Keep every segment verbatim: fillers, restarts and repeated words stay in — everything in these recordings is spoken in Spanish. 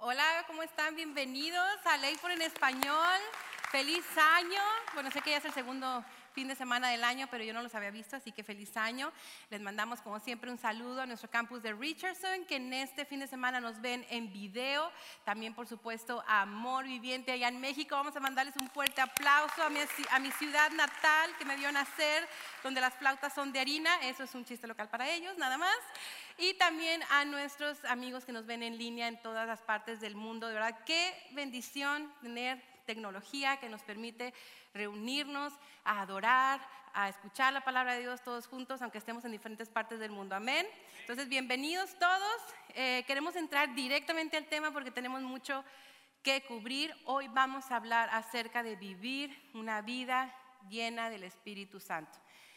Hola, ¿cómo están? Bienvenidos a Lakeford en Español. ¡Feliz año! Bueno, sé que ya es el segundo fin de semana del año, pero yo no los había visto, así que feliz año. Les mandamos, como siempre, un saludo a nuestro campus de Richardson, que en este fin de semana nos ven en video. También, por supuesto, a Amor Viviente allá en México. Vamos a mandarles un fuerte aplauso a mi, a mi ciudad natal, que me vio nacer, donde las flautas son de harina. Eso es un chiste local para ellos, nada más. Y también a nuestros amigos que nos ven en línea en todas las partes del mundo. De verdad, qué bendición tener tecnología que nos permite reunirnos, a adorar, a escuchar la palabra de Dios todos juntos, aunque estemos en diferentes partes del mundo. Amén. Entonces, bienvenidos todos. Eh, queremos entrar directamente al tema porque tenemos mucho que cubrir. Hoy vamos a hablar acerca de vivir una vida llena del Espíritu Santo.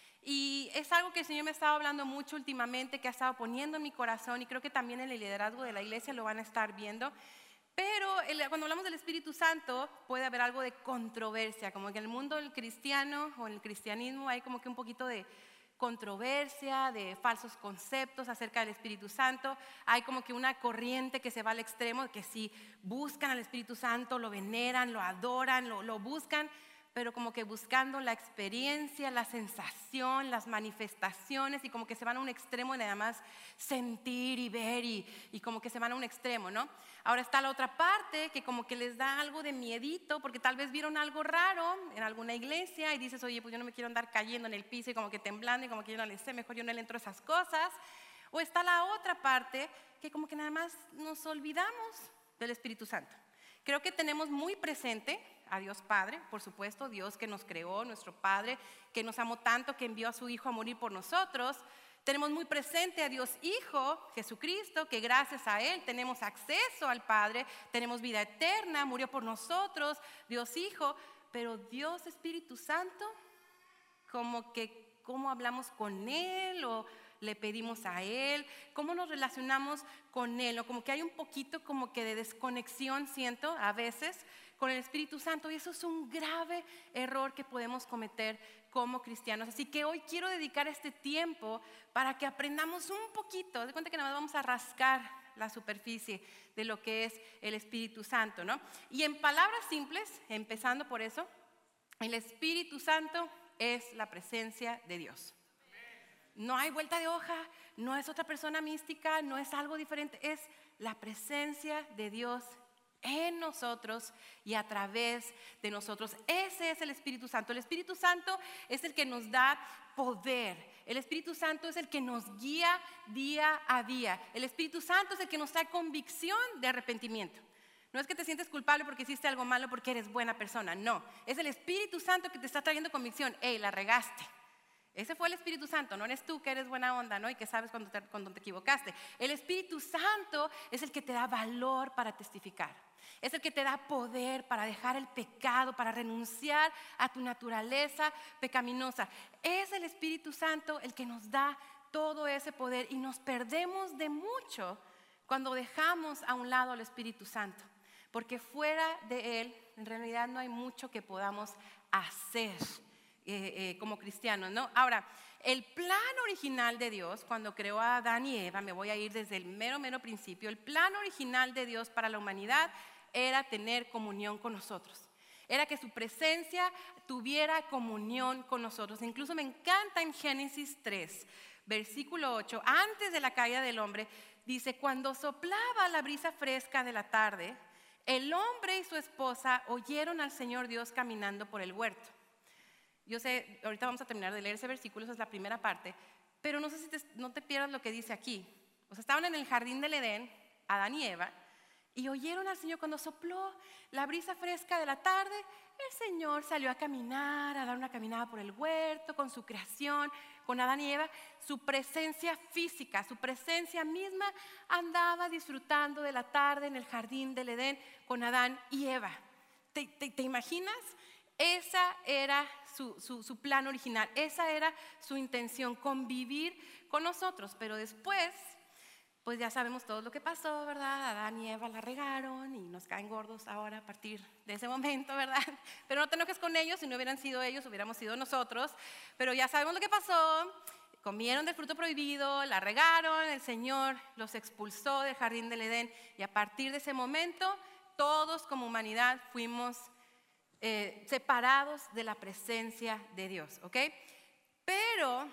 Y es algo que el Señor me ha estado hablando mucho últimamente, que ha estado poniendo en mi corazón, y creo que también en el liderazgo de la iglesia lo van a estar viendo. Pero el, cuando hablamos del Espíritu Santo puede haber algo de controversia, como que en el mundo del cristiano o en el cristianismo hay como que un poquito de controversia, de falsos conceptos acerca del Espíritu Santo. Hay como que una corriente que se va al extremo, que si buscan al Espíritu Santo, lo veneran, lo adoran, lo, lo buscan, pero como que buscando la experiencia, la sensación, las manifestaciones, y como que se van a un extremo de nada más sentir y ver, y, y como que se van a un extremo, ¿no? Ahora está la otra parte que como que les da algo de miedito, porque tal vez vieron algo raro en alguna iglesia y dices, oye, pues yo no me quiero andar cayendo en el piso y como que temblando y como que yo no le sé, mejor yo no le entro a esas cosas. O está la otra parte que como que nada más nos olvidamos del Espíritu Santo. Creo que tenemos muy presente a Dios Padre, por supuesto, Dios que nos creó, nuestro Padre, que nos amó tanto, que envió a su Hijo a morir por nosotros. Tenemos muy presente a Dios Hijo, Jesucristo, que gracias a Él tenemos acceso al Padre, tenemos vida eterna, murió por nosotros, Dios Hijo. Pero Dios Espíritu Santo, como que cómo hablamos con Él o le pedimos a Él, cómo nos relacionamos con Él, o como que hay un poquito como que de desconexión, siento, a veces, con el Espíritu Santo, y eso es un grave error que podemos cometer como cristianos. Así que hoy quiero dedicar este tiempo para que aprendamos un poquito, de cuenta que nada más vamos a rascar la superficie de lo que es el Espíritu Santo, ¿no? Y en palabras simples, empezando por eso, el Espíritu Santo es la presencia de Dios. No hay vuelta de hoja, no es otra persona mística, no es algo diferente, es la presencia de Dios en nosotros y a través de nosotros. Ese es el Espíritu Santo. El Espíritu Santo es el que nos da poder. El Espíritu Santo es el que nos guía día a día. El Espíritu Santo es el que nos da convicción de arrepentimiento. No es que te sientes culpable porque hiciste algo malo porque eres buena persona, no. Es el Espíritu Santo que te está trayendo convicción. Hey, la regaste. Ese fue el Espíritu Santo, no eres tú que eres buena onda, ¿no? Y que sabes cuando te, cuando te equivocaste. El Espíritu Santo es el que te da valor para testificar. Es el que te da poder para dejar el pecado, para renunciar a tu naturaleza pecaminosa. Es el Espíritu Santo el que nos da todo ese poder, y nos perdemos de mucho cuando dejamos a un lado al Espíritu Santo. Porque fuera de Él, en realidad no hay mucho que podamos hacer. Eh, eh, como cristianos, ¿no? Ahora, el plan original de Dios, cuando creó a Adán y Eva, me voy a ir desde el mero, mero principio, el plan original de Dios para la humanidad era tener comunión con nosotros. Era que su presencia tuviera comunión con nosotros. Incluso me encanta en Génesis tres, versículo ocho, antes de la caída del hombre, dice, cuando soplaba la brisa fresca de la tarde, el hombre y su esposa oyeron al Señor Dios caminando por el huerto. Yo sé, ahorita vamos a terminar de leer ese versículo, esa es la primera parte, pero no sé si te, no te pierdas lo que dice aquí. O sea, estaban en el jardín del Edén, Adán y Eva, y oyeron al Señor cuando sopló la brisa fresca de la tarde. El Señor salió a caminar, a dar una caminada por el huerto, con su creación, con Adán y Eva. Su presencia física, su presencia misma andaba disfrutando de la tarde en el jardín del Edén con Adán y Eva. ¿Te, te, te imaginas? Esa era su, su, su plan original, esa era su intención, convivir con nosotros. Pero después, pues ya sabemos todo lo que pasó, ¿verdad? Adán y Eva la regaron y nos caen gordos ahora a partir de ese momento, ¿verdad? Pero no te enojes con ellos, si no hubieran sido ellos, hubiéramos sido nosotros. Pero ya sabemos lo que pasó. comieron del fruto prohibido, la regaron, el Señor los expulsó del jardín del Edén y a partir de ese momento todos como humanidad fuimos eh, separados de la presencia de Dios, ¿ok? Pero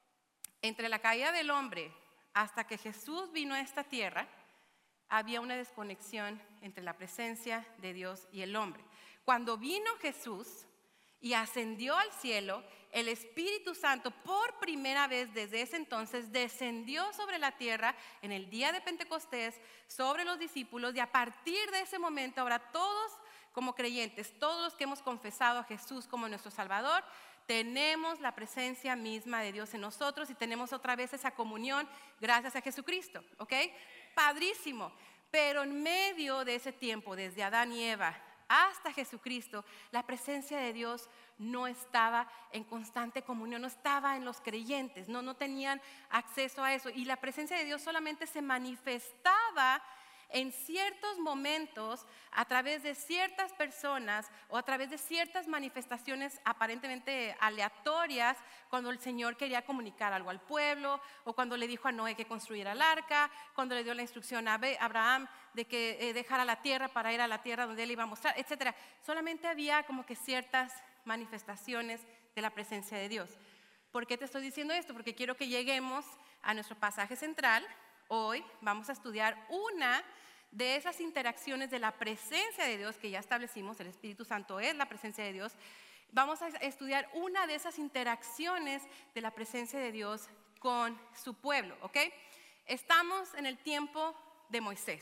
entre la caída del hombre hasta que Jesús vino a esta tierra, había una desconexión entre la presencia de Dios y el hombre. Cuando vino Jesús y ascendió al cielo, el Espíritu Santo por primera vez desde ese entonces descendió sobre la tierra en el día de Pentecostés sobre los discípulos y a partir de ese momento ahora todos como creyentes, todos los que hemos confesado a Jesús como nuestro Salvador, tenemos la presencia misma de Dios en nosotros y tenemos otra vez esa comunión gracias a Jesucristo, ¿ok? Padrísimo, pero en medio de ese tiempo, desde Adán y Eva hasta Jesucristo, la presencia de Dios no estaba en constante comunión, no estaba en los creyentes, no, no tenían acceso a eso. Y la presencia de Dios solamente se manifestaba en ciertos momentos a través de ciertas personas o a través de ciertas manifestaciones aparentemente aleatorias cuando el Señor quería comunicar algo al pueblo o cuando le dijo a Noé que construyera el arca, cuando le dio la instrucción a Abraham de que eh, dejara la tierra para ir a la tierra donde él iba a mostrar, etcétera. Solamente había como que ciertas manifestaciones de la presencia de Dios. ¿Por qué te estoy diciendo esto? Porque quiero que lleguemos a nuestro pasaje central. Hoy vamos a estudiar una de esas interacciones de la presencia de Dios que ya establecimos, el Espíritu Santo es la presencia de Dios. Vamos a estudiar una de esas interacciones de la presencia de Dios con su pueblo, ¿ok? Estamos en el tiempo de Moisés.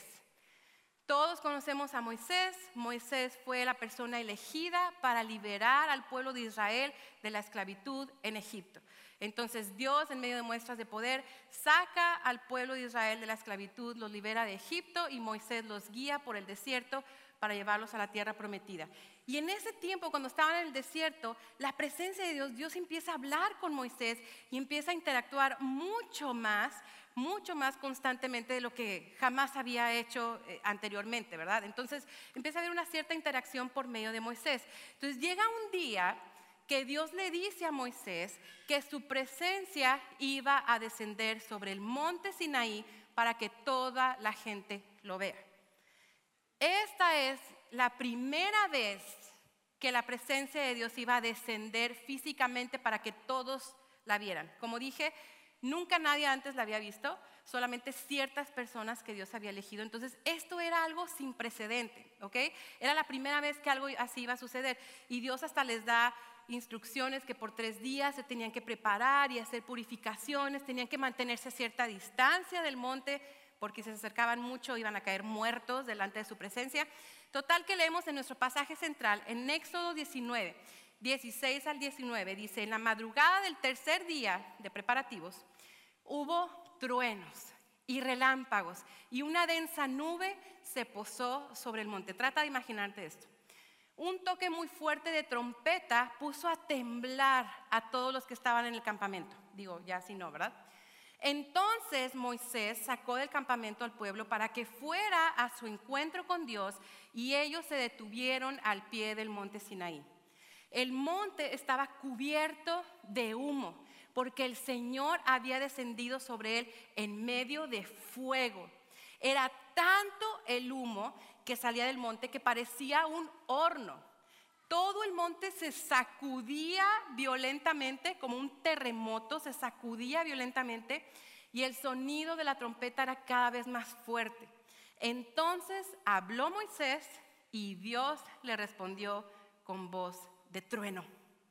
Todos conocemos a Moisés. Moisés fue la persona elegida para liberar al pueblo de Israel de la esclavitud en Egipto. Entonces Dios, en medio de muestras de poder, saca al pueblo de Israel de la esclavitud, los libera de Egipto y Moisés los guía por el desierto para llevarlos a la tierra prometida. Y en ese tiempo, cuando estaban en el desierto, la presencia de Dios, Dios empieza a hablar con Moisés y empieza a interactuar mucho más, mucho más constantemente de lo que jamás había hecho eh, anteriormente, ¿verdad? Entonces empieza a haber una cierta interacción por medio de Moisés. Entonces llega un día que Dios le dice a Moisés que su presencia iba a descender sobre el monte Sinaí para que toda la gente lo vea. Esta es la primera vez que la presencia de Dios iba a descender físicamente para que todos la vieran. Como dije, nunca nadie antes la había visto, solamente ciertas personas que Dios había elegido. Entonces, esto era algo sin precedente, ¿ok? Era la primera vez que algo así iba a suceder. Y Dios hasta les da instrucciones que por tres días se tenían que preparar y hacer purificaciones, tenían que mantenerse a cierta distancia del monte, porque si se acercaban mucho iban a caer muertos delante de su presencia. Total que leemos en nuestro pasaje central, en Éxodo diecinueve, dieciséis al diecinueve, dice: en la madrugada del tercer día de preparativos, hubo truenos y relámpagos y una densa nube se posó sobre el monte. Trata de imaginarte esto. Un toque muy fuerte de trompeta puso a temblar a todos los que estaban en el campamento. Digo, ya si no, ¿verdad? Entonces Moisés sacó del campamento al pueblo para que fuera a su encuentro con Dios y ellos se detuvieron al pie del monte Sinaí. El monte estaba cubierto de humo porque el Señor había descendido sobre él en medio de fuego. Era tanto el humo que salía del monte que parecía un horno. Todo el monte se sacudía violentamente, como un terremoto, se sacudía violentamente y el sonido de la trompeta era cada vez más fuerte. Entonces habló Moisés y Dios le respondió con voz de trueno.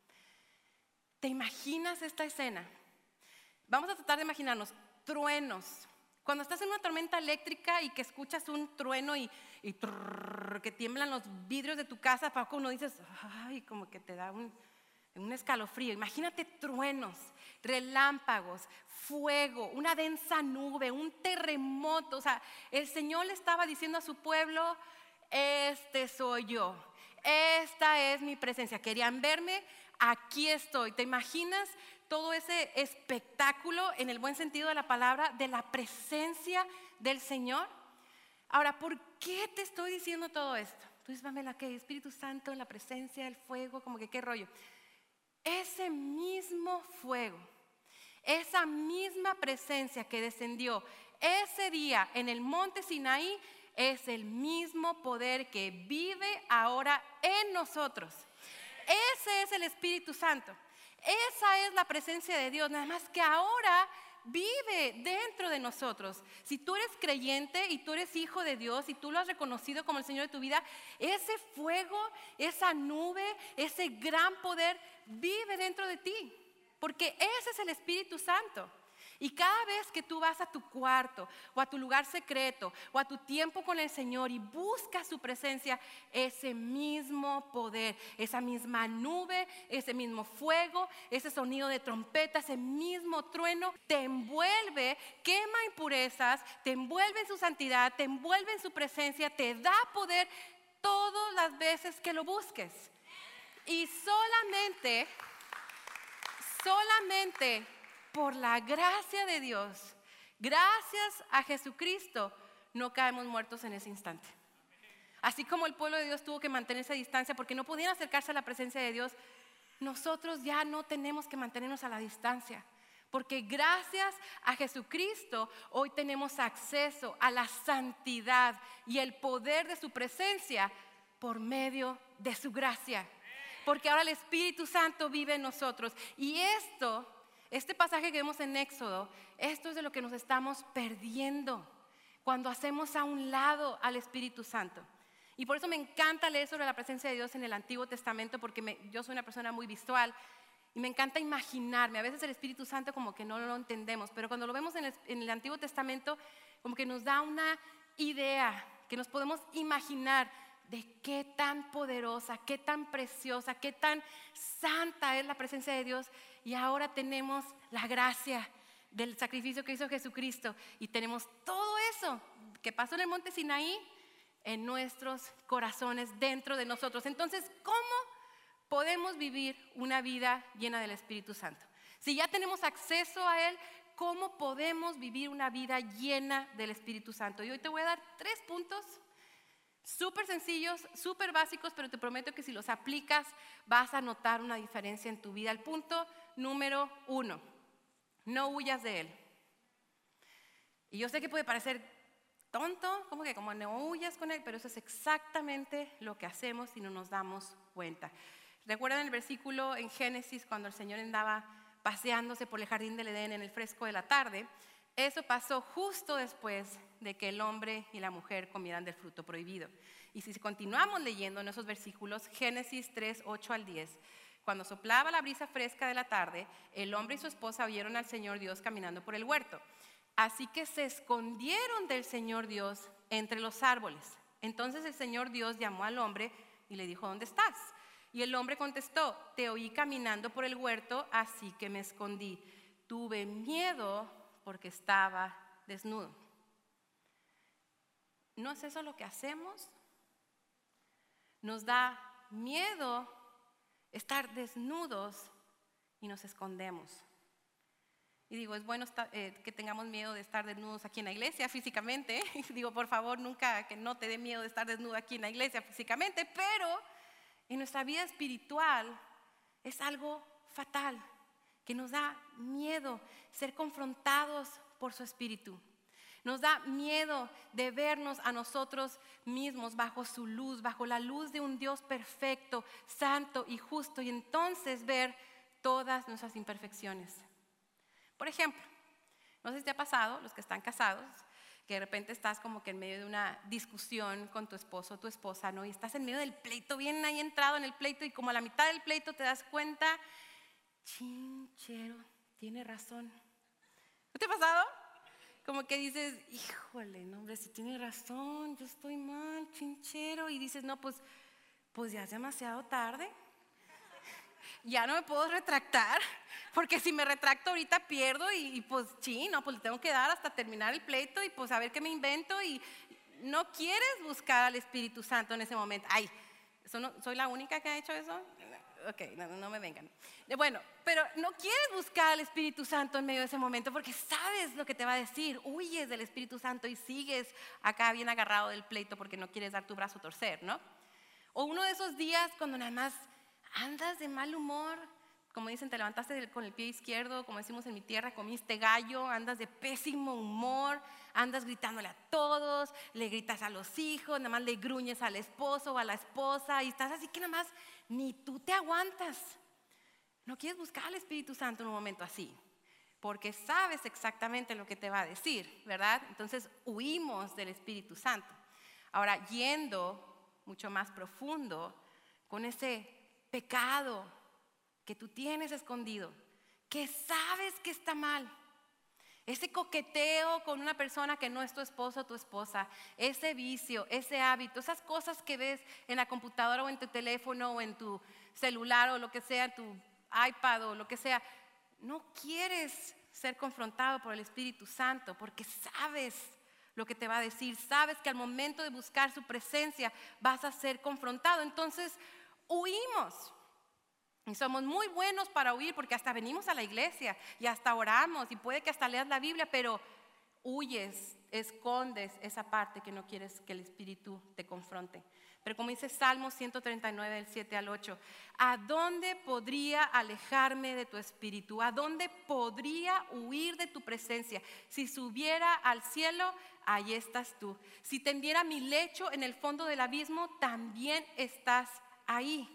¿Te imaginas esta escena? Vamos a tratar de imaginarnos truenos. Cuando estás en una tormenta eléctrica y que escuchas un trueno y, y trrr, que tiemblan los vidrios de tu casa, para que uno dices, ay, como que te da un, un escalofrío. Imagínate truenos, relámpagos, fuego, una densa nube, un terremoto. O sea, el Señor le estaba diciendo a su pueblo, este soy yo, esta es mi presencia. ¿Querían verme? Aquí estoy. ¿Te imaginas todo ese espectáculo, en el buen sentido de la palabra, de la presencia del Señor? Ahora, ¿por qué te estoy diciendo todo esto? Tú dices, Pamela, ¿qué? Espíritu Santo, en la presencia del fuego, como que qué rollo. Ese mismo fuego, Esa misma presencia que descendió ese día en el monte Sinaí es el mismo poder que vive ahora en nosotros. Ese es el Espíritu Santo. Esa es la presencia de Dios, nada más que ahora vive dentro de nosotros. Si tú eres creyente y tú eres hijo de Dios y tú lo has reconocido como el Señor de tu vida, ese fuego, esa nube, ese gran poder vive dentro de ti, porque ese es el Espíritu Santo. Y cada vez que tú vas a tu cuarto o a tu lugar secreto o a tu tiempo con el Señor y buscas su presencia, ese mismo poder, esa misma nube, ese mismo fuego, ese sonido de trompeta, ese mismo trueno, te envuelve, quema impurezas, te envuelve en su santidad, te envuelve en su presencia, te da poder todas las veces que lo busques. Y solamente, solamente por la gracia de Dios, gracias a Jesucristo, no caemos muertos en ese instante. Así como el pueblo de Dios tuvo que mantenerse a distancia porque no podían acercarse a la presencia de Dios, nosotros ya no tenemos que mantenernos a la distancia. Porque gracias a Jesucristo hoy tenemos acceso a la santidad y el poder de su presencia por medio de su gracia. Porque ahora el Espíritu Santo vive en nosotros. Y esto... Este pasaje que vemos en Éxodo, esto es de lo que nos estamos perdiendo cuando hacemos a un lado al Espíritu Santo. Y por eso me encanta leer sobre la presencia de Dios en el Antiguo Testamento, porque me, yo soy una persona muy visual y me encanta imaginarme. A veces el Espíritu Santo como que no lo entendemos, pero cuando lo vemos en el, en el Antiguo Testamento como que nos da una idea que nos podemos imaginar de qué tan poderosa, qué tan preciosa, qué tan santa es la presencia de Dios. Y ahora tenemos la gracia del sacrificio que hizo Jesucristo. Y tenemos todo eso que pasó en el monte Sinaí en nuestros corazones, dentro de nosotros. Entonces, ¿cómo podemos vivir una vida llena del Espíritu Santo? Si ya tenemos acceso a Él, ¿cómo podemos vivir una vida llena del Espíritu Santo? Y hoy te voy a dar tres puntos súper sencillos, súper básicos, pero te prometo que si los aplicas vas a notar una diferencia en tu vida. El punto número uno, no huyas de Él. Y yo sé que puede parecer tonto, como que como no huyas con Él, pero eso es exactamente lo que hacemos si no nos damos cuenta. ¿Recuerdan el versículo en Génesis cuando el Señor andaba paseándose por el jardín del Edén en el fresco de la tarde? Eso pasó justo después de que el hombre y la mujer comieran del fruto prohibido. Y si continuamos leyendo en esos versículos, Génesis tres, ocho al diez, cuando soplaba la brisa fresca de la tarde, el hombre y su esposa oyeron al Señor Dios caminando por el huerto. Así que se escondieron del Señor Dios entre los árboles. Entonces el Señor Dios llamó al hombre y le dijo, ¿dónde estás? Y el hombre contestó, te oí caminando por el huerto, así que me escondí. Tuve miedo porque estaba desnudo. ¿No es eso lo que hacemos? Nos da miedo estar desnudos y nos escondemos. Y digo, es bueno estar, eh, que tengamos miedo de estar desnudos aquí en la iglesia físicamente. ¿eh? Digo, por favor, nunca que no te dé miedo de estar desnudo aquí en la iglesia físicamente, pero en nuestra vida espiritual es algo fatal, que nos da miedo ser confrontados por su espíritu. Nos da miedo de vernos a nosotros mismos bajo su luz, bajo la luz de un Dios perfecto, santo y justo, y entonces ver todas nuestras imperfecciones. Por ejemplo, no sé si te ha pasado, los que están casados, que de repente estás como que en medio de una discusión con tu esposo o tu esposa, ¿no? Y estás en medio del pleito, bien ahí entrado en el pleito, y como a la mitad del pleito te das cuenta, chinchero, tiene razón. ¿No te ha pasado? Como que dices, híjole, no, hombre, si tiene razón, yo estoy mal, chinchero. Y dices, no, pues, pues ya es demasiado tarde. Ya no me puedo retractar, porque si me retracto ahorita pierdo y, y pues, sí, no, pues le tengo que dar hasta terminar el pleito y pues a ver qué me invento. Y no quieres buscar al Espíritu Santo en ese momento. Ay, ¿eso no, ¿soy la única que ha hecho eso? Ok, no, no me vengan. Bueno, pero no quieres buscar al Espíritu Santo en medio de ese momento porque sabes lo que te va a decir. Huyes del Espíritu Santo y sigues acá bien agarrado del pleito porque no quieres dar tu brazo a torcer, ¿no? O uno de esos días cuando nada más andas de mal humor, como dicen, te levantaste con el pie izquierdo, como decimos en mi tierra, comiste gallo, andas de pésimo humor, andas gritándole a todos, le gritas a los hijos, nada más le gruñes al esposo o a la esposa y estás así que nada más ni tú te aguantas. No quieres buscar al Espíritu Santo en un momento así, porque sabes exactamente lo que te va a decir, ¿verdad? Entonces huimos del Espíritu Santo. Ahora, yendo mucho más profundo con ese pecado que tú tienes escondido, que sabes que está mal, ese coqueteo con una persona que no es tu esposo o tu esposa, ese vicio, ese hábito, esas cosas que ves en la computadora o en tu teléfono o en tu celular o lo que sea, en tu iPad o lo que sea, no quieres ser confrontado por el Espíritu Santo porque sabes lo que te va a decir, sabes que al momento de buscar su presencia vas a ser confrontado, entonces huimos. Y somos muy buenos para huir porque hasta venimos a la iglesia y hasta oramos y puede que hasta leas la Biblia, pero huyes, escondes esa parte que no quieres que el Espíritu te confronte. Pero como dice Salmo ciento treinta y nueve, del siete al ocho, ¿a dónde podría alejarme de tu Espíritu? ¿A dónde podría huir de tu presencia? Si subiera al cielo, ahí estás tú. Si tendiera mi lecho en el fondo del abismo, también estás ahí.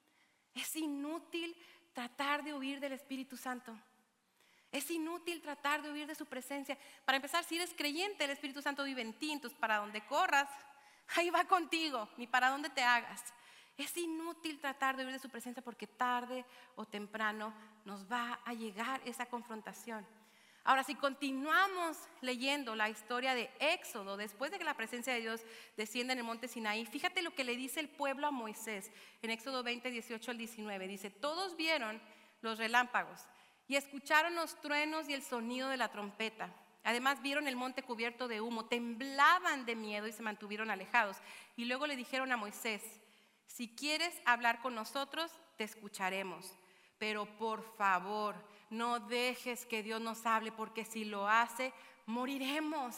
Es inútil tratar de huir del Espíritu Santo. Es inútil tratar de huir de su presencia. Para empezar, si eres creyente, el Espíritu Santo vive en ti, entonces para donde corras, ahí va contigo, ni para donde te hagas. Es inútil tratar de huir de su presencia porque tarde o temprano nos va a llegar esa confrontación. Ahora, si continuamos leyendo la historia de Éxodo, después de que la presencia de Dios desciende en el monte Sinaí, fíjate lo que le dice el pueblo a Moisés en Éxodo veinte, dieciocho al diecinueve. Dice, todos vieron los relámpagos y escucharon los truenos y el sonido de la trompeta. Además vieron el monte cubierto de humo, temblaban de miedo y se mantuvieron alejados. Y luego le dijeron a Moisés, si quieres hablar con nosotros, te escucharemos. Pero por favor, no dejes que Dios nos hable, porque si lo hace, moriremos.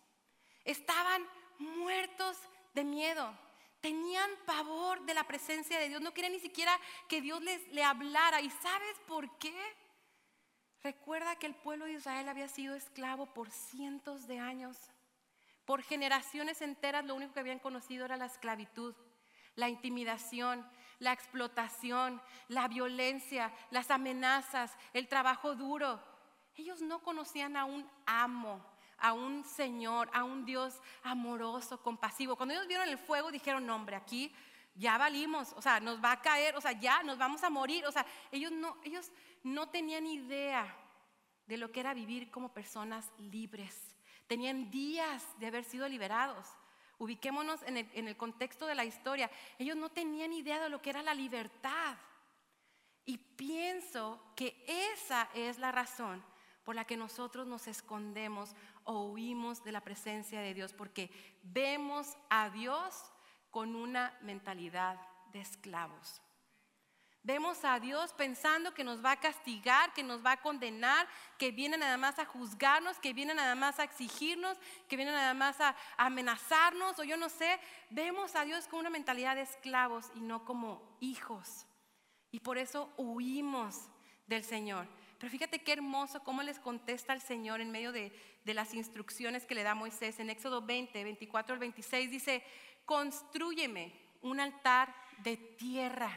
Estaban muertos de miedo. Tenían pavor de la presencia de Dios. No querían ni siquiera que Dios les le hablara. ¿Y sabes por qué? Recuerda que el pueblo de Israel había sido esclavo por cientos de años. Por generaciones enteras lo único que habían conocido era la esclavitud, la intimidación, la explotación, la violencia, las amenazas, el trabajo duro. Ellos no conocían a un amo, a un Señor, a un Dios amoroso, compasivo. Cuando ellos vieron el fuego dijeron, no, hombre, aquí ya valimos, o sea, nos va a caer, o sea, ya nos vamos a morir. O sea, ellos no, ellos no tenían idea de lo que era vivir como personas libres. Tenían días de haber sido liberados. Ubiquémonos en el, en el contexto de la historia. Ellos no tenían idea de lo que era la libertad. Y pienso que esa es la razón por la que nosotros nos escondemos o huimos de la presencia de Dios, porque vemos a Dios con una mentalidad de esclavos. Vemos a Dios pensando que nos va a castigar, que nos va a condenar, que viene nada más a juzgarnos, que viene nada más a exigirnos, que viene nada más a amenazarnos, o yo no sé. Vemos a Dios con una mentalidad de esclavos y no como hijos. Y por eso huimos del Señor. Pero fíjate qué hermoso cómo les contesta el Señor en medio de, de las instrucciones que le da Moisés. En Éxodo veinte, veinticuatro al veintiséis dice, constrúyeme un altar de tierra.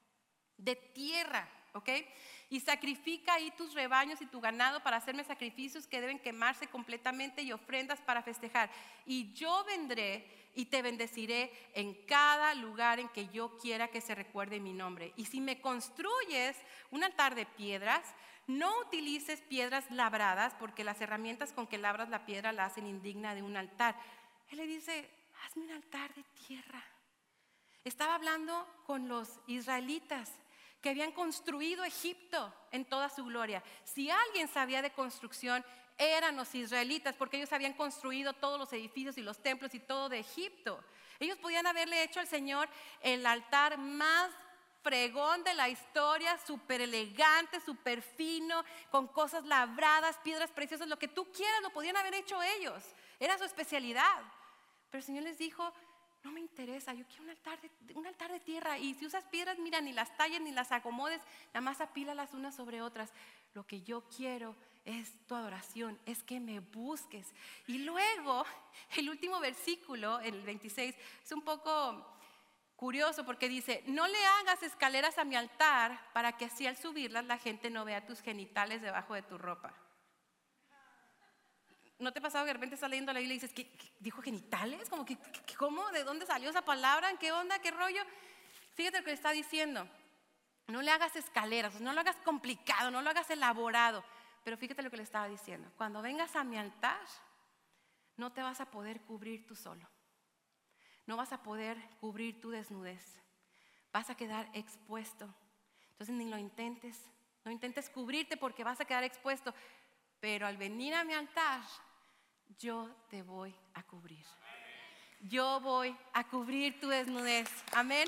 De tierra, ¿ok? Y sacrifica ahí tus rebaños y tu ganado para hacerme sacrificios que deben quemarse completamente y ofrendas para festejar. Y yo vendré y te bendeciré en cada lugar en que yo quiera que se recuerde mi nombre. Y si me construyes un altar de piedras, no utilices piedras labradas, porque las herramientas con que labras la piedra la hacen indigna de un altar. Él le dice, hazme un altar de tierra. Estaba hablando con los israelitas que habían construido Egipto en toda su gloria. Si alguien sabía de construcción, eran los israelitas, porque ellos habían construido todos los edificios y los templos y todo de Egipto. Ellos podían haberle hecho al Señor el altar más fregón de la historia, súper elegante, súper fino, con cosas labradas, piedras preciosas, lo que tú quieras, lo podían haber hecho ellos. Era su especialidad. Pero el Señor les dijo, No me interesa, yo quiero un altar de, un altar de tierra. Y si usas piedras, mira, ni las talles ni las acomodes, nada más apílalas unas sobre otras. Lo que yo quiero es tu adoración, es que me busques. Y luego, el último versículo, el veintiséis, es un poco curioso porque dice: no le hagas escaleras a mi altar para que así al subirlas la gente no vea tus genitales debajo de tu ropa. ¿No te ha pasado que de repente estás leyendo la Biblia y dices, ¿qué, qué, dijo genitales? Como que, ¿cómo? ¿De dónde salió esa palabra? ¿En qué onda? ¿Qué rollo? Fíjate lo que le está diciendo. No le hagas escaleras, no lo hagas complicado, no lo hagas elaborado. Pero fíjate lo que le estaba diciendo. Cuando vengas a mi altar, no te vas a poder cubrir tú solo. No vas a poder cubrir tu desnudez. Vas a quedar expuesto. Entonces ni lo intentes. No intentes cubrirte porque vas a quedar expuesto. Pero al venir a mi altar, yo te voy a cubrir. Yo voy a cubrir tu desnudez. Amén.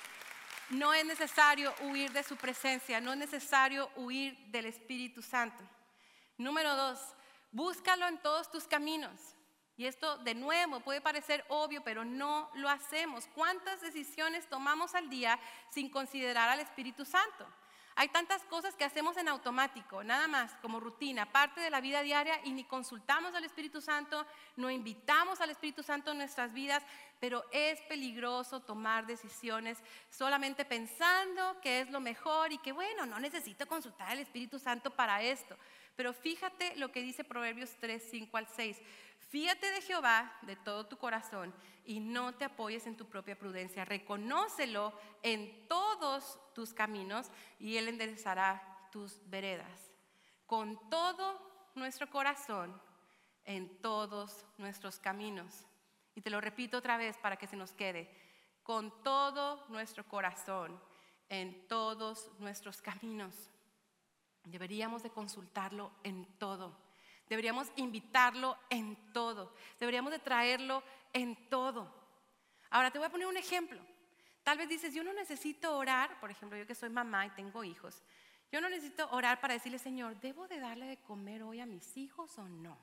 No es necesario huir de su presencia. No es necesario huir del Espíritu Santo. Número dos, búscalo en todos tus caminos. Y esto de nuevo puede parecer obvio, pero no lo hacemos. ¿Cuántas decisiones tomamos al día sin considerar al Espíritu Santo? Hay tantas cosas que hacemos en automático, nada más como rutina, parte de la vida diaria, y ni consultamos al Espíritu Santo, no invitamos al Espíritu Santo en nuestras vidas, pero es peligroso tomar decisiones solamente pensando que es lo mejor y que bueno, no necesito consultar al Espíritu Santo para esto. Pero fíjate lo que dice Proverbios tres, cinco al seis. Fíate de Jehová de todo tu corazón y no te apoyes en tu propia prudencia. Reconócelo en todos tus caminos y Él enderezará tus veredas. Con todo nuestro corazón, en todos nuestros caminos. Y te lo repito otra vez para que se nos quede. Con todo nuestro corazón, en todos nuestros caminos. Deberíamos de consultarlo en todo. Deberíamos invitarlo en todo. Deberíamos de traerlo en todo. Ahora te voy a poner un ejemplo. Tal vez dices, yo no necesito orar. Por ejemplo, yo que soy mamá y tengo hijos. Yo no necesito orar para decirle, Señor, ¿debo de darle de comer hoy a mis hijos o no?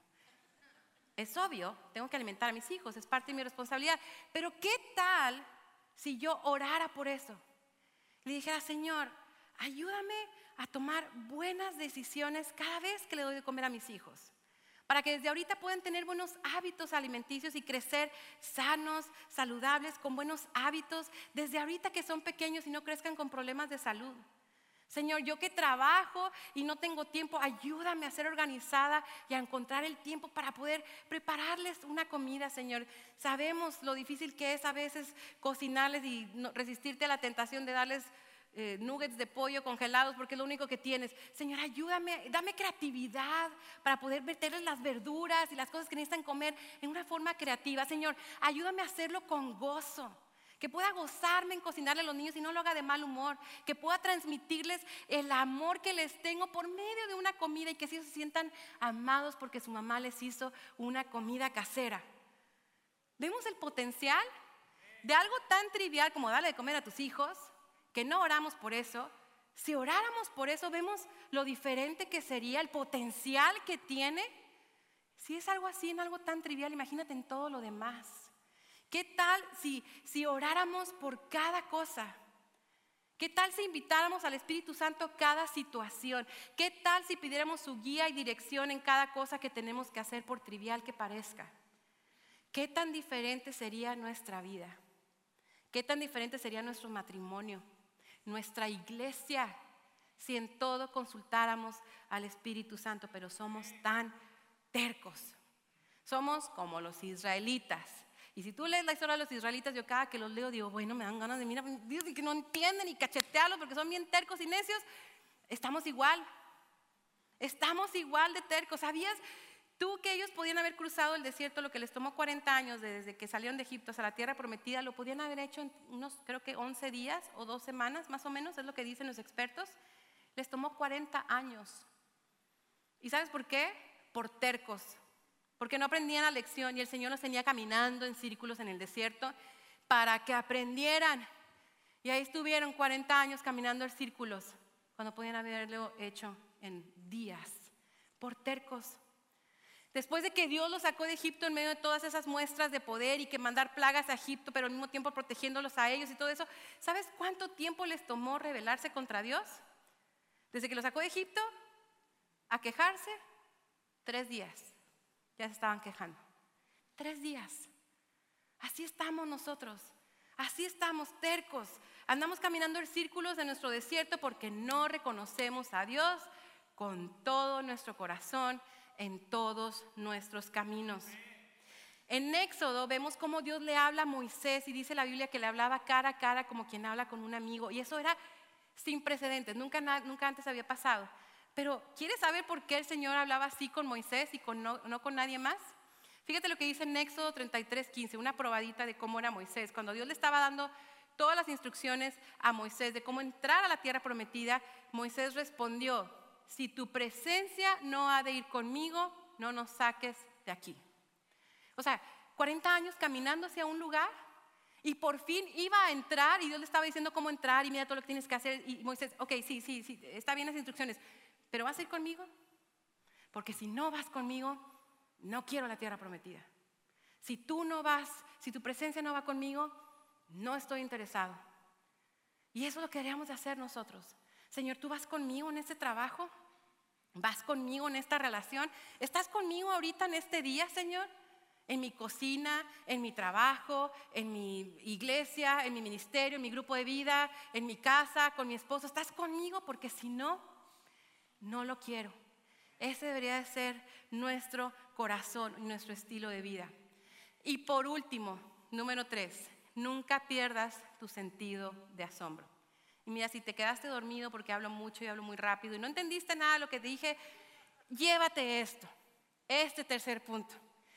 Es obvio, tengo que alimentar a mis hijos. Es parte de mi responsabilidad. Pero ¿qué tal si yo orara por eso? Le dijera, Señor, ayúdame a tomar buenas decisiones cada vez que le doy de comer a mis hijos. Para que desde ahorita puedan tener buenos hábitos alimenticios y crecer sanos, saludables, con buenos hábitos. Desde ahorita que son pequeños y no crezcan con problemas de salud. Señor, yo que trabajo y no tengo tiempo, ayúdame a ser organizada y a encontrar el tiempo para poder prepararles una comida, Señor. Sabemos lo difícil que es a veces cocinarles y no, resistirte a la tentación de darles Eh, nuggets de pollo congelados porque es lo único que tienes. Señor, ayúdame, dame creatividad para poder meterles las verduras y las cosas que necesitan comer en una forma creativa. Señor, ayúdame a hacerlo con gozo, que pueda gozarme en cocinarle a los niños y no lo haga de mal humor, que pueda transmitirles el amor que les tengo por medio de una comida y que ellos se sientan amados porque su mamá les hizo una comida casera. ¿Vemos el potencial de algo tan trivial como darle de comer a tus hijos? Que no oramos por eso. Si oráramos por eso, vemos lo diferente que sería, el potencial que tiene. Si es algo así, en algo tan trivial, imagínate en todo lo demás. ¿Qué tal si, si oráramos por cada cosa? ¿Qué tal si invitáramos al Espíritu Santo cada situación? ¿Qué tal si pidiéramos su guía y dirección en cada cosa que tenemos que hacer, por trivial que parezca? ¿Qué tan diferente sería nuestra vida? ¿Qué tan diferente sería nuestro matrimonio? Nuestra iglesia, si en todo consultáramos al Espíritu Santo, pero somos tan tercos. Somos como los israelitas. Y si tú lees la historia de los israelitas, yo cada que los leo digo, bueno, me dan ganas de mirar, Dios, y que no entienden y cachetearlos porque son bien tercos y necios. Estamos igual. Estamos igual de tercos. ¿Sabías tú que ellos podían haber cruzado el desierto, lo que les tomó cuarenta años desde que salieron de Egipto hasta la tierra prometida, lo podían haber hecho en unos, creo que once días o dos semanas más o menos, es lo que dicen los expertos? Les tomó cuarenta años. ¿Y sabes por qué? Por tercos, porque no aprendían la lección y el Señor los tenía caminando en círculos en el desierto para que aprendieran. Y ahí estuvieron cuarenta años caminando en círculos cuando podían haberlo hecho en días, por tercos. Después de que Dios los sacó de Egipto en medio de todas esas muestras de poder y que mandar plagas a Egipto, pero al mismo tiempo protegiéndolos a ellos y todo eso, ¿sabes cuánto tiempo les tomó rebelarse contra Dios? Desde que los sacó de Egipto a quejarse, tres días. Ya se estaban quejando. Tres días. Así estamos nosotros. Así estamos, tercos. Andamos caminando en círculos de nuestro desierto porque no reconocemos a Dios con todo nuestro corazón, en todos nuestros caminos. En Éxodo vemos cómo Dios le habla a Moisés y dice la Biblia que le hablaba cara a cara como quien habla con un amigo. Y eso era sin precedentes, nunca, nunca antes había pasado. Pero ¿quieres saber por qué el Señor hablaba así con Moisés y con no, no con nadie más? Fíjate lo que dice en Éxodo treinta y tres, quince, una probadita de cómo era Moisés. Cuando Dios le estaba dando todas las instrucciones a Moisés de cómo entrar a la tierra prometida, Moisés respondió: si tu presencia no ha de ir conmigo, no nos saques de aquí. O sea, cuarenta años caminando hacia un lugar y por fin iba a entrar y Dios le estaba diciendo cómo entrar y mira todo lo que tienes que hacer. Y Moisés, ok, sí, sí, sí, está bien las instrucciones, pero ¿vas a ir conmigo? Porque si no vas conmigo, no quiero la tierra prometida. Si tú no vas, si tu presencia no va conmigo, no estoy interesado. Y eso es lo que deberíamos hacer nosotros. Señor, ¿tú vas conmigo en este trabajo? ¿Vas conmigo en esta relación? ¿Estás conmigo ahorita en este día, Señor? En mi cocina, en mi trabajo, en mi iglesia, en mi ministerio, en mi grupo de vida, en mi casa, con mi esposo. ¿Estás conmigo? Porque si no, no lo quiero. Ese debería de ser nuestro corazón y nuestro estilo de vida. Y por último, número tres, nunca pierdas tu sentido de asombro. Y mira, si te quedaste dormido porque hablo mucho y hablo muy rápido y no entendiste nada de lo que te dije, llévate esto, este tercer punto.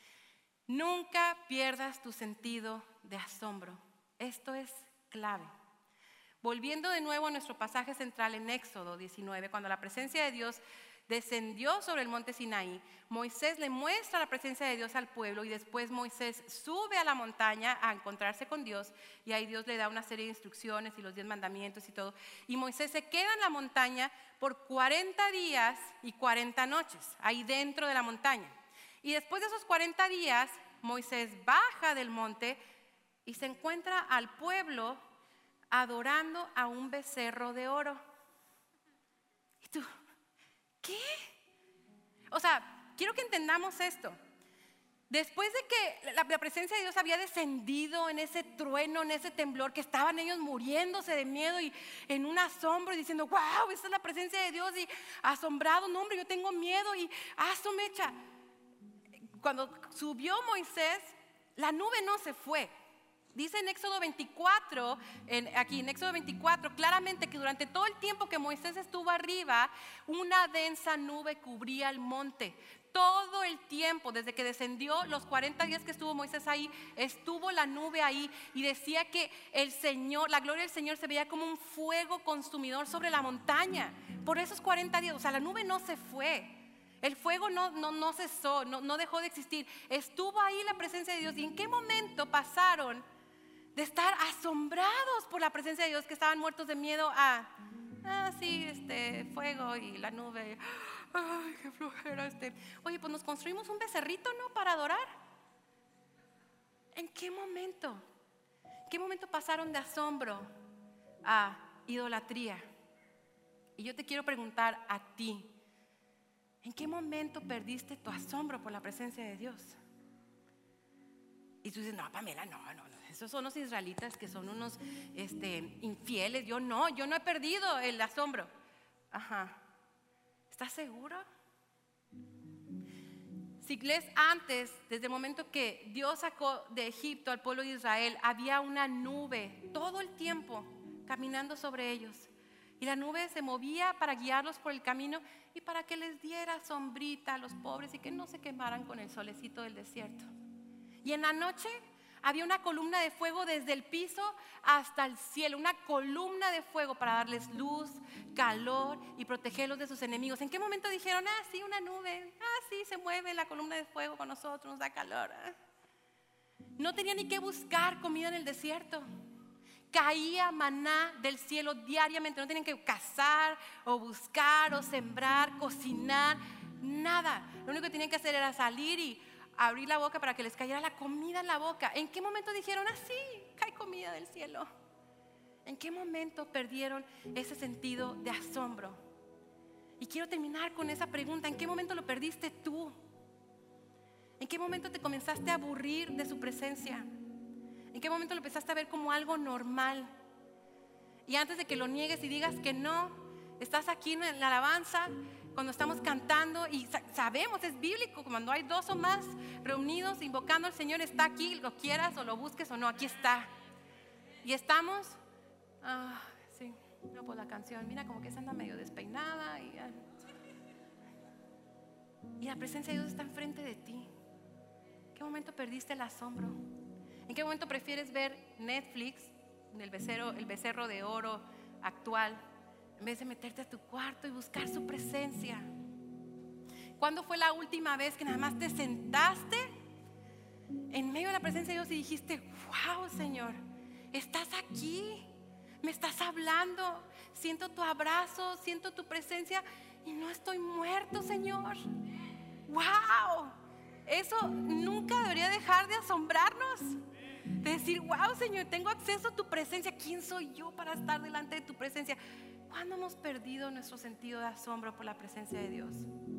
Nunca pierdas tu sentido de asombro. Esto es clave. Volviendo de nuevo a nuestro pasaje central en Éxodo diecinueve, cuando la presencia de Dios descendió sobre el monte Sinaí, Moisés le muestra la presencia de Dios al pueblo y después Moisés sube a la montaña a encontrarse con Dios y ahí Dios le da una serie de instrucciones y los diez mandamientos y todo. Y Moisés se queda en la montaña por cuarenta días y cuarenta noches, ahí dentro de la montaña. Y después de esos cuarenta días, Moisés baja del monte y se encuentra al pueblo adorando a un becerro de oro. ¿Y tú? ¿Qué? O sea, quiero que entendamos esto. Después de que la, la presencia de Dios había descendido en ese trueno, en ese temblor, que estaban ellos muriéndose de miedo y en un asombro y diciendo, wow, esta es la presencia de Dios, y asombrado, no hombre, yo tengo miedo y aso mecha. Cuando subió Moisés, la nube no se fue. Dice en Éxodo veinticuatro, en, aquí en Éxodo veinticuatro, claramente que durante todo el tiempo que Moisés estuvo arriba, una densa nube cubría el monte. Todo el tiempo, desde que descendió, los cuarenta días que estuvo Moisés ahí, estuvo la nube ahí y decía que el Señor, la gloria del Señor se veía como un fuego consumidor sobre la montaña. Por esos cuarenta días, o sea, la nube no se fue. El fuego no, no, no cesó, no, no dejó de existir. Estuvo ahí la presencia de Dios. ¿Y en qué momento pasaron de estar asombrados por la presencia de Dios, que estaban muertos de miedo, a, ah, sí, este, fuego y la nube, ay, qué flojera, este, oye, pues nos construimos un becerrito, ¿no?, para adorar? ¿En qué momento? ¿En qué momento pasaron de asombro a idolatría? Y yo te quiero preguntar a ti, ¿en qué momento perdiste tu asombro por la presencia de Dios? Y tú dices, no, Pamela, no, no, no. Esos son los israelitas que son unos este, infieles. Yo no, yo no he perdido el asombro. Ajá. ¿Estás seguro? Si lees antes, desde el momento que Dios sacó de Egipto al pueblo de Israel, había una nube todo el tiempo caminando sobre ellos. Y la nube se movía para guiarlos por el camino y para que les diera sombrita a los pobres y que no se quemaran con el solecito del desierto. Y en la noche había una columna de fuego desde el piso hasta el cielo, una columna de fuego para darles luz, calor y protegerlos de sus enemigos. ¿En qué momento dijeron, ah, sí, una nube, ah, sí, se mueve la columna de fuego con nosotros, nos da calor? No tenían ni que buscar comida en el desierto. Caía maná del cielo diariamente, no tenían que cazar o buscar o sembrar, cocinar. nada. Lo único que tenían que hacer era salir y abrir la boca para que les cayera la comida en la boca. ¿En qué momento dijeron así? Cae comida del cielo. ¿En qué momento perdieron ese sentido de asombro? Y quiero terminar con esa pregunta. ¿En qué momento lo perdiste tú? ¿En qué momento te comenzaste a aburrir de su presencia? ¿En qué momento lo empezaste a ver como algo normal? Y antes de que lo niegues y digas que no, estás aquí en la alabanza, cuando estamos cantando y sabemos, es bíblico, cuando hay dos o más reunidos invocando al Señor, está aquí, lo quieras o lo busques o no, aquí está. Y estamos, ah, sí, no, pues la canción, mira como que se anda medio despeinada y, y la presencia de Dios está enfrente de ti. ¿En qué momento perdiste el asombro? ¿En qué momento prefieres ver Netflix, el becerro, el becerro de oro actual, en vez de meterte a tu cuarto y buscar su presencia? ¿Cuándo fue la última vez que nada más te sentaste en medio de la presencia de Dios y dijiste, wow, Señor, estás aquí, me estás hablando, siento tu abrazo, siento tu presencia y no estoy muerto, Señor? Wow, eso nunca debería dejar de asombrarnos. De decir, wow, Señor, tengo acceso a tu presencia. ¿Quién soy yo para estar delante de tu presencia? ¿Cuándo hemos perdido nuestro sentido de asombro por la presencia de Dios?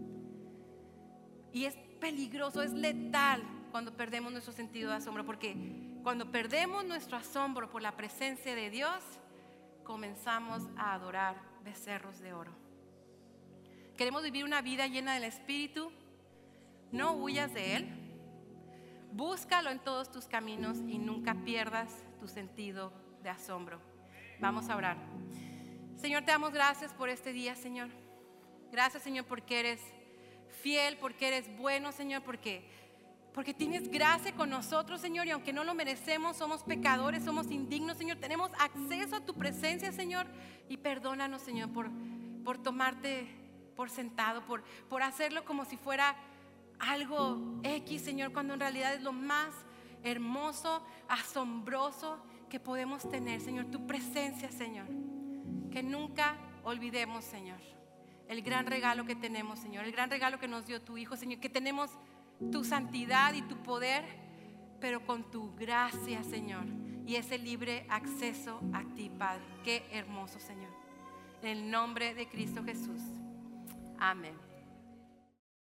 Y es peligroso, es letal cuando perdemos nuestro sentido de asombro, porque cuando perdemos nuestro asombro por la presencia de Dios, comenzamos a adorar becerros de oro. Queremos vivir una vida llena del Espíritu. No huyas de Él. Búscalo en todos tus caminos y nunca pierdas tu sentido de asombro. Vamos a orar. Señor, te damos gracias por este día, Señor. Gracias, Señor, porque eres fiel, porque eres bueno, Señor, porque, porque tienes gracia con nosotros, Señor, y aunque no lo merecemos, somos pecadores, somos indignos, Señor, tenemos acceso a tu presencia, Señor, y perdónanos, Señor, por, por tomarte por sentado, por, por hacerlo como si fuera algo X, Señor, cuando en realidad es lo más hermoso, asombroso que podemos tener, Señor, tu presencia, Señor. Que nunca olvidemos, Señor, el gran regalo que tenemos, Señor, el gran regalo que nos dio tu Hijo, Señor, que tenemos tu santidad y tu poder, pero con tu gracia, Señor, y ese libre acceso a ti, Padre. Qué hermoso, Señor. En el nombre de Cristo Jesús. Amén.